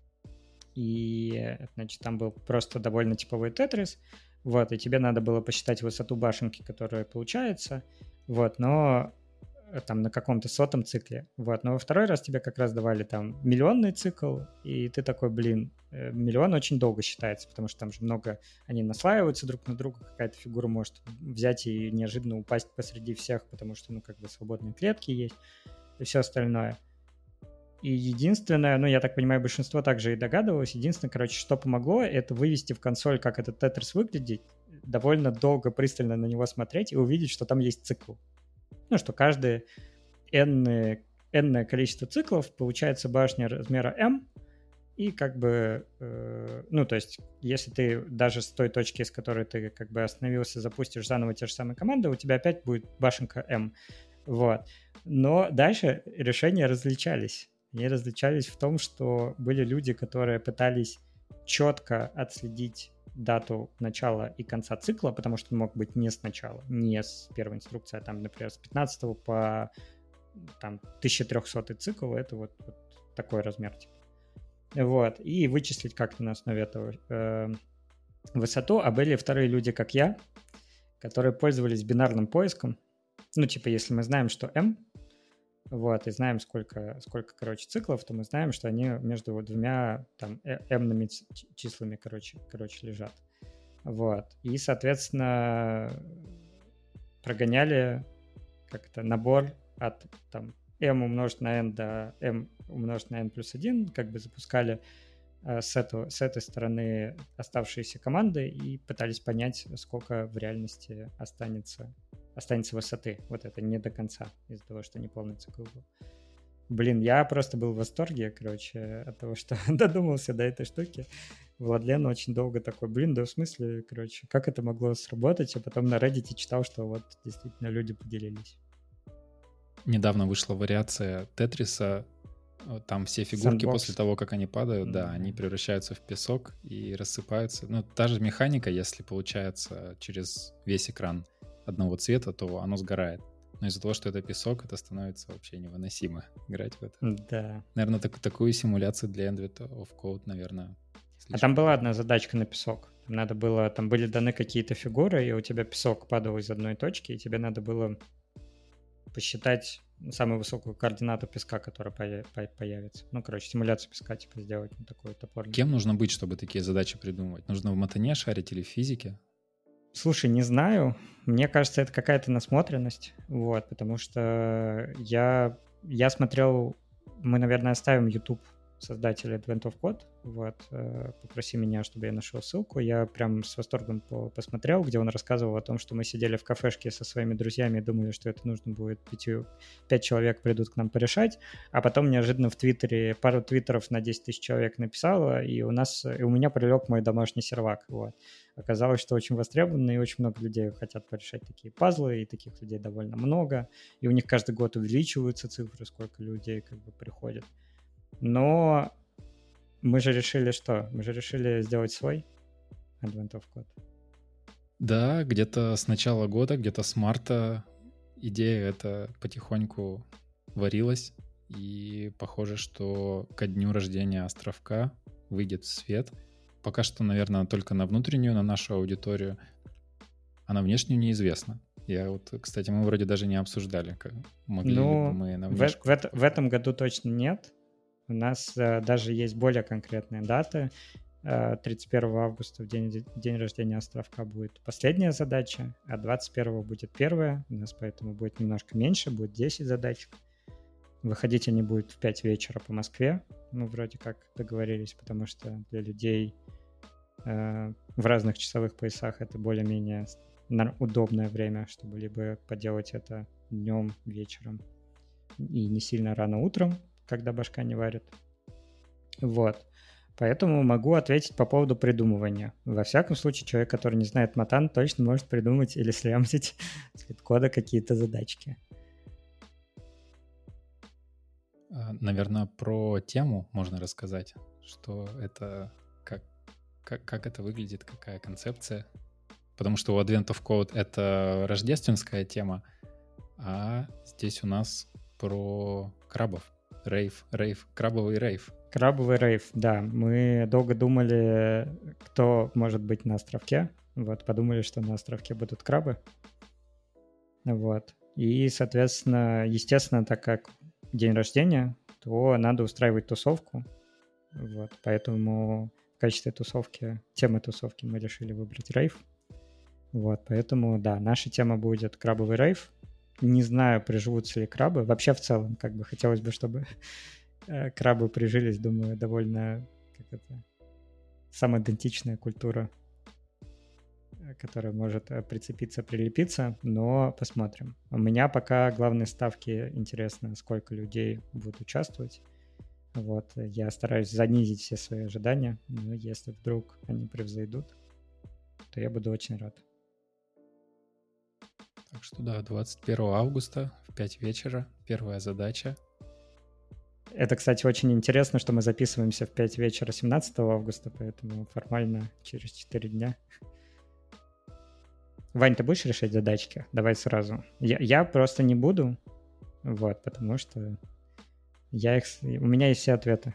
и, значит, там был просто довольно типовой Тетрис, вот, и тебе надо было посчитать высоту башенки, которая получается, вот, но... там на каком-то сотом цикле, вот, но во второй раз тебе как раз давали там миллионный цикл, и ты такой, блин, миллион очень долго считается, потому что там же много, они наслаиваются друг на друга, какая-то фигура может взять и неожиданно упасть посреди всех, потому что, ну, как бы свободные клетки есть и все остальное. И единственное, ну, я так понимаю, большинство также и догадывалось, единственное, короче, что помогло, это вывести в консоль, как этот тетрис выглядит, довольно долго пристально на него смотреть и увидеть, что там есть цикл. Ну, что каждое n, n количество циклов получается башня размера m, и как бы, э, ну, то есть, если ты даже с той точки, с которой ты как бы остановился, запустишь заново те же самые команды, у тебя опять будет башенка m. Вот. Но дальше решения различались. Они различались в том, что были люди, которые пытались четко отследить дату начала и конца цикла, потому что он мог быть не сначала, не с первой инструкции, а там, например, с пятнадцатого по там, тысяча трехсотый цикл, это вот, вот такой размер. Типа. Вот, и вычислить как-то на основе этого э, высоту, а были вторые люди, как я, которые пользовались бинарным поиском. Ну, типа, если мы знаем, что m, вот, и знаем, сколько, сколько, короче, циклов, то мы знаем, что они между вот двумя там m-ными числами, короче, короче, лежат. Вот. И, соответственно, прогоняли как-то набор от там m умножить на n до m умножить на n плюс один, как бы запускали э, с, этого, с этой стороны оставшиеся команды и пытались понять, сколько в реальности останется останется высоты. Вот это не до конца из-за того, что неполный цикл был. Блин, я просто был в восторге, короче, от того, что додумался до этой штуки. Владлен очень долго такой, блин, да в смысле, короче, как это могло сработать? А потом на Reddit читал, что вот действительно люди поделились. Недавно вышла вариация Тетриса. Там все фигурки Sandbox. После того, как они падают, mm-hmm. да, они превращаются в песок и рассыпаются. Ну, та же механика, если получается через весь экран одного цвета, то оно сгорает. Но из-за того, что это песок, это становится вообще невыносимо играть в это. Да. Наверное, так, такую симуляцию для End of Code, наверное, слишком... А там была одна задачка на песок. Там надо было, там были даны какие-то фигуры, и у тебя песок падал из одной точки, и тебе надо было посчитать самую высокую координату песка, которая появится. Ну, короче, симуляцию песка типа сделать, ну, такой топорный. Кем нужно быть, чтобы такие задачи придумывать? Нужно в матане шарить или в физике? Слушай, не знаю. Мне кажется, это какая-то насмотренность, вот, потому что я, я смотрел, мы, наверное, оставим YouTube создателя Advent of Code, вот, попроси меня, чтобы я нашел ссылку, я прям с восторгом по- посмотрел, где он рассказывал о том, что мы сидели в кафешке со своими друзьями и думали, что это нужно будет, пятью, пять человек придут к нам порешать, а потом неожиданно в Твиттере пару твиттеров на десять тысяч человек написало, и у нас, и у меня прилег мой домашний сервак, вот. Оказалось, что очень востребованно, и очень много людей хотят порешать такие пазлы, и таких людей довольно много, и у них каждый год увеличиваются цифры, сколько людей как бы приходят. Но мы же решили что? Мы же решили сделать свой Advent of Code. Да, где-то с начала года, где-то с марта идея эта потихоньку варилась, и похоже, что ко дню рождения Островка выйдет в свет. Пока что, наверное, только на внутреннюю, на нашу аудиторию, а на внешнюю неизвестно. Я вот, кстати, мы вроде даже не обсуждали, как могли ну, ли бы мы на внешку. В, в, в этом году точно нет. У нас э, даже есть более конкретные даты. Э, тридцать первого августа, в день, день рождения Островка, будет последняя задача, а двадцать первого будет первая. У нас поэтому будет немножко меньше, будет десять задач. Выходить они будут в пять вечера по Москве. Ну, вроде как договорились, потому что для людей э, в разных часовых поясах это более-менее удобное время, чтобы либо поделать это днем, вечером и не сильно рано утром, когда башка не варит. Вот. Поэтому могу ответить по поводу придумывания. Во всяком случае, человек, который не знает матан, точно может придумать или слямзить цвет кода какие-то задачки. Наверное, про тему можно рассказать, что это, как, как, как это выглядит, какая концепция. Потому что у Advent of Code это рождественская тема, а здесь у нас про крабов. Рейв, рейв, крабовый рейв. Крабовый рейв, да. Мы долго думали, кто может быть на островке. Вот, подумали, что на островке будут крабы. Вот. И, соответственно, естественно, так как день рождения, то надо устраивать тусовку. Вот. Поэтому в качестве тусовки, темы тусовки мы решили выбрать рейв. Вот. Поэтому, да, наша тема будет крабовый рейв. Не знаю, приживутся ли крабы. Вообще, в целом, как бы хотелось бы, чтобы крабы прижились, думаю, довольно как это, самоидентичная культура, которая может прицепиться, прилепиться, но посмотрим. У меня пока главные ставки интересно, сколько людей будут участвовать. Вот, я стараюсь занизить все свои ожидания, но если вдруг они превзойдут, то я буду очень рад. Так что да, двадцать первого августа в пять вечера первая задача. Это, кстати, очень интересно, что мы записываемся в пять вечера семнадцатого августа, поэтому формально через четыре дня. Вань, ты будешь решать задачки? Давай сразу. Я, я просто не буду, вот, потому что я их, у меня есть все ответы.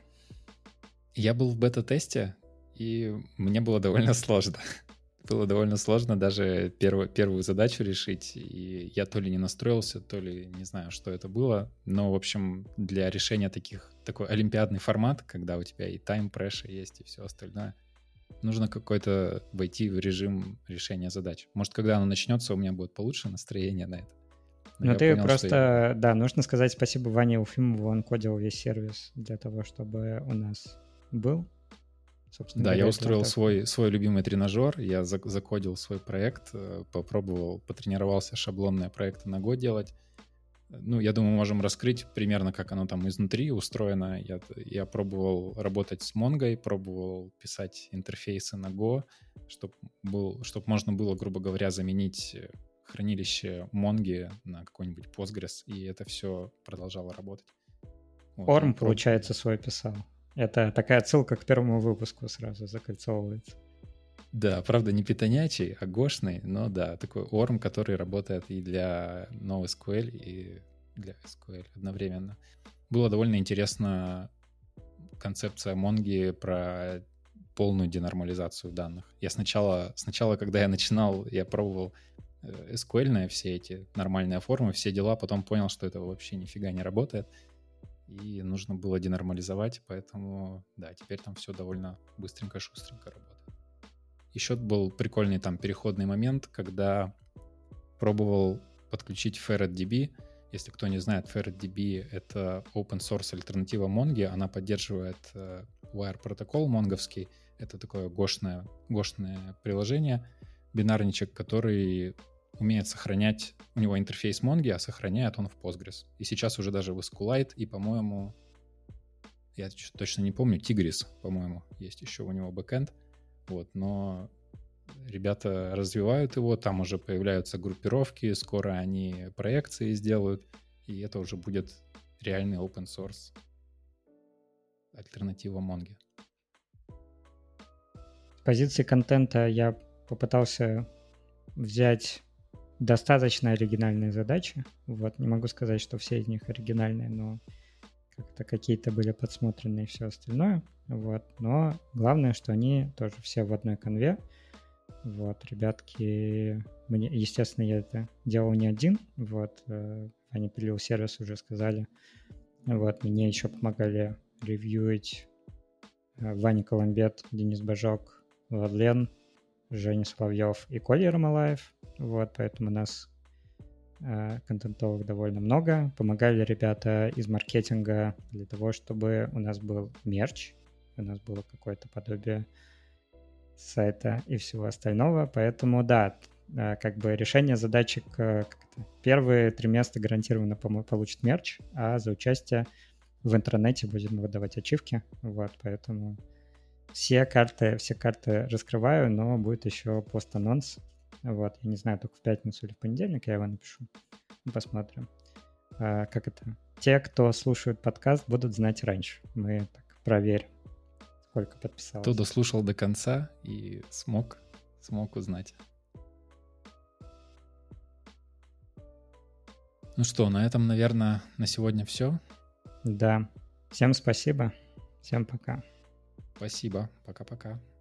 Я был в бета-тесте, и мне было довольно сложно. Было довольно сложно даже первую, первую задачу решить, и я то ли не настроился, то ли не знаю, что это было, но, в общем, для решения таких, такой олимпиадный формат, когда у тебя и тайм-прешер есть, и все остальное, нужно какой-то войти в режим решения задач. Может, когда оно начнется, у меня будет получше настроение на это. Но, но ты понял, просто, я... да, нужно сказать спасибо Ване Уфимову, он кодил весь сервис для того, чтобы у нас был. Собственно, да, говоря, я устроил свой, свой любимый тренажер, я закодил свой проект, попробовал, потренировался шаблонные проекты на Go делать. Ну, я думаю, можем раскрыть примерно, как оно там изнутри устроено. Я, я пробовал работать с Mongo, пробовал писать интерфейсы на Go, чтобы был, чтоб можно было, грубо говоря, заменить хранилище Mongo на какой-нибудь Postgres, и это все продолжало работать. Вот, Орм, получается, свой писал. Это такая отсылка к первому выпуску сразу закольцовывается. Да, правда, не питонячий, а гошный, но да, такой орм, который работает и для NoSQL, и для эс ку эль одновременно. Было довольно интересно концепция Mongo про полную денормализацию данных. Я сначала, сначала, когда я начинал, я пробовал эс ку эль-ные все эти нормальные формы, все дела, потом понял, что это вообще нифига не работает. И нужно было денормализовать, поэтому, да, теперь там все довольно быстренько-шустренько работает. Еще был прикольный там переходный момент, когда пробовал подключить FerretDB. Если кто не знает, FerretDB — это open source альтернатива Mongo, она поддерживает Wire протокол монговский. Это такое гошное, гошное приложение, бинарничек, который умеет сохранять, у него интерфейс Mongo, а сохраняет он в Postgres. И сейчас уже даже в SQLite, и, по-моему, я точно не помню, Tigris, по-моему, есть еще у него бэкэнд. Вот, но ребята развивают его, там уже появляются группировки, скоро они проекции сделают, и это уже будет реальный open source альтернатива Mongo. С позиции контента я попытался взять достаточно оригинальные задачи. Вот, не могу сказать, что все из них оригинальные, но как-то какие-то были подсмотрены и все остальное. Вот, но главное, что они тоже все в одной конве. Вот, ребятки, мне, естественно, я это делал не один. Вот, они пилил сервис, уже сказали. Вот, мне еще помогали ревьюить Ваня Коломбет, Денис Бажок, Владлен, Женя Соловьев и Коля Ермолаев. Вот, поэтому у нас э, контентовых довольно много. Помогали ребята из маркетинга для того, чтобы у нас был мерч, у нас было какое-то подобие сайта и всего остального. Поэтому, да, как бы решение задачек, как это, первые три места гарантированно получат мерч, а за участие в интернете будем выдавать ачивки. Вот, поэтому все карты, все карты раскрываю, но будет еще пост-анонс. Вот, я не знаю, только в пятницу или в понедельник я его напишу. Посмотрим. А, как это? Те, кто слушает подкаст, будут знать раньше. Мы так проверим, сколько подписалось. Кто дослушал до конца и смог, смог узнать. Ну что, на этом, наверное, на сегодня все. Да. Всем спасибо. Всем пока. Спасибо. Пока-пока.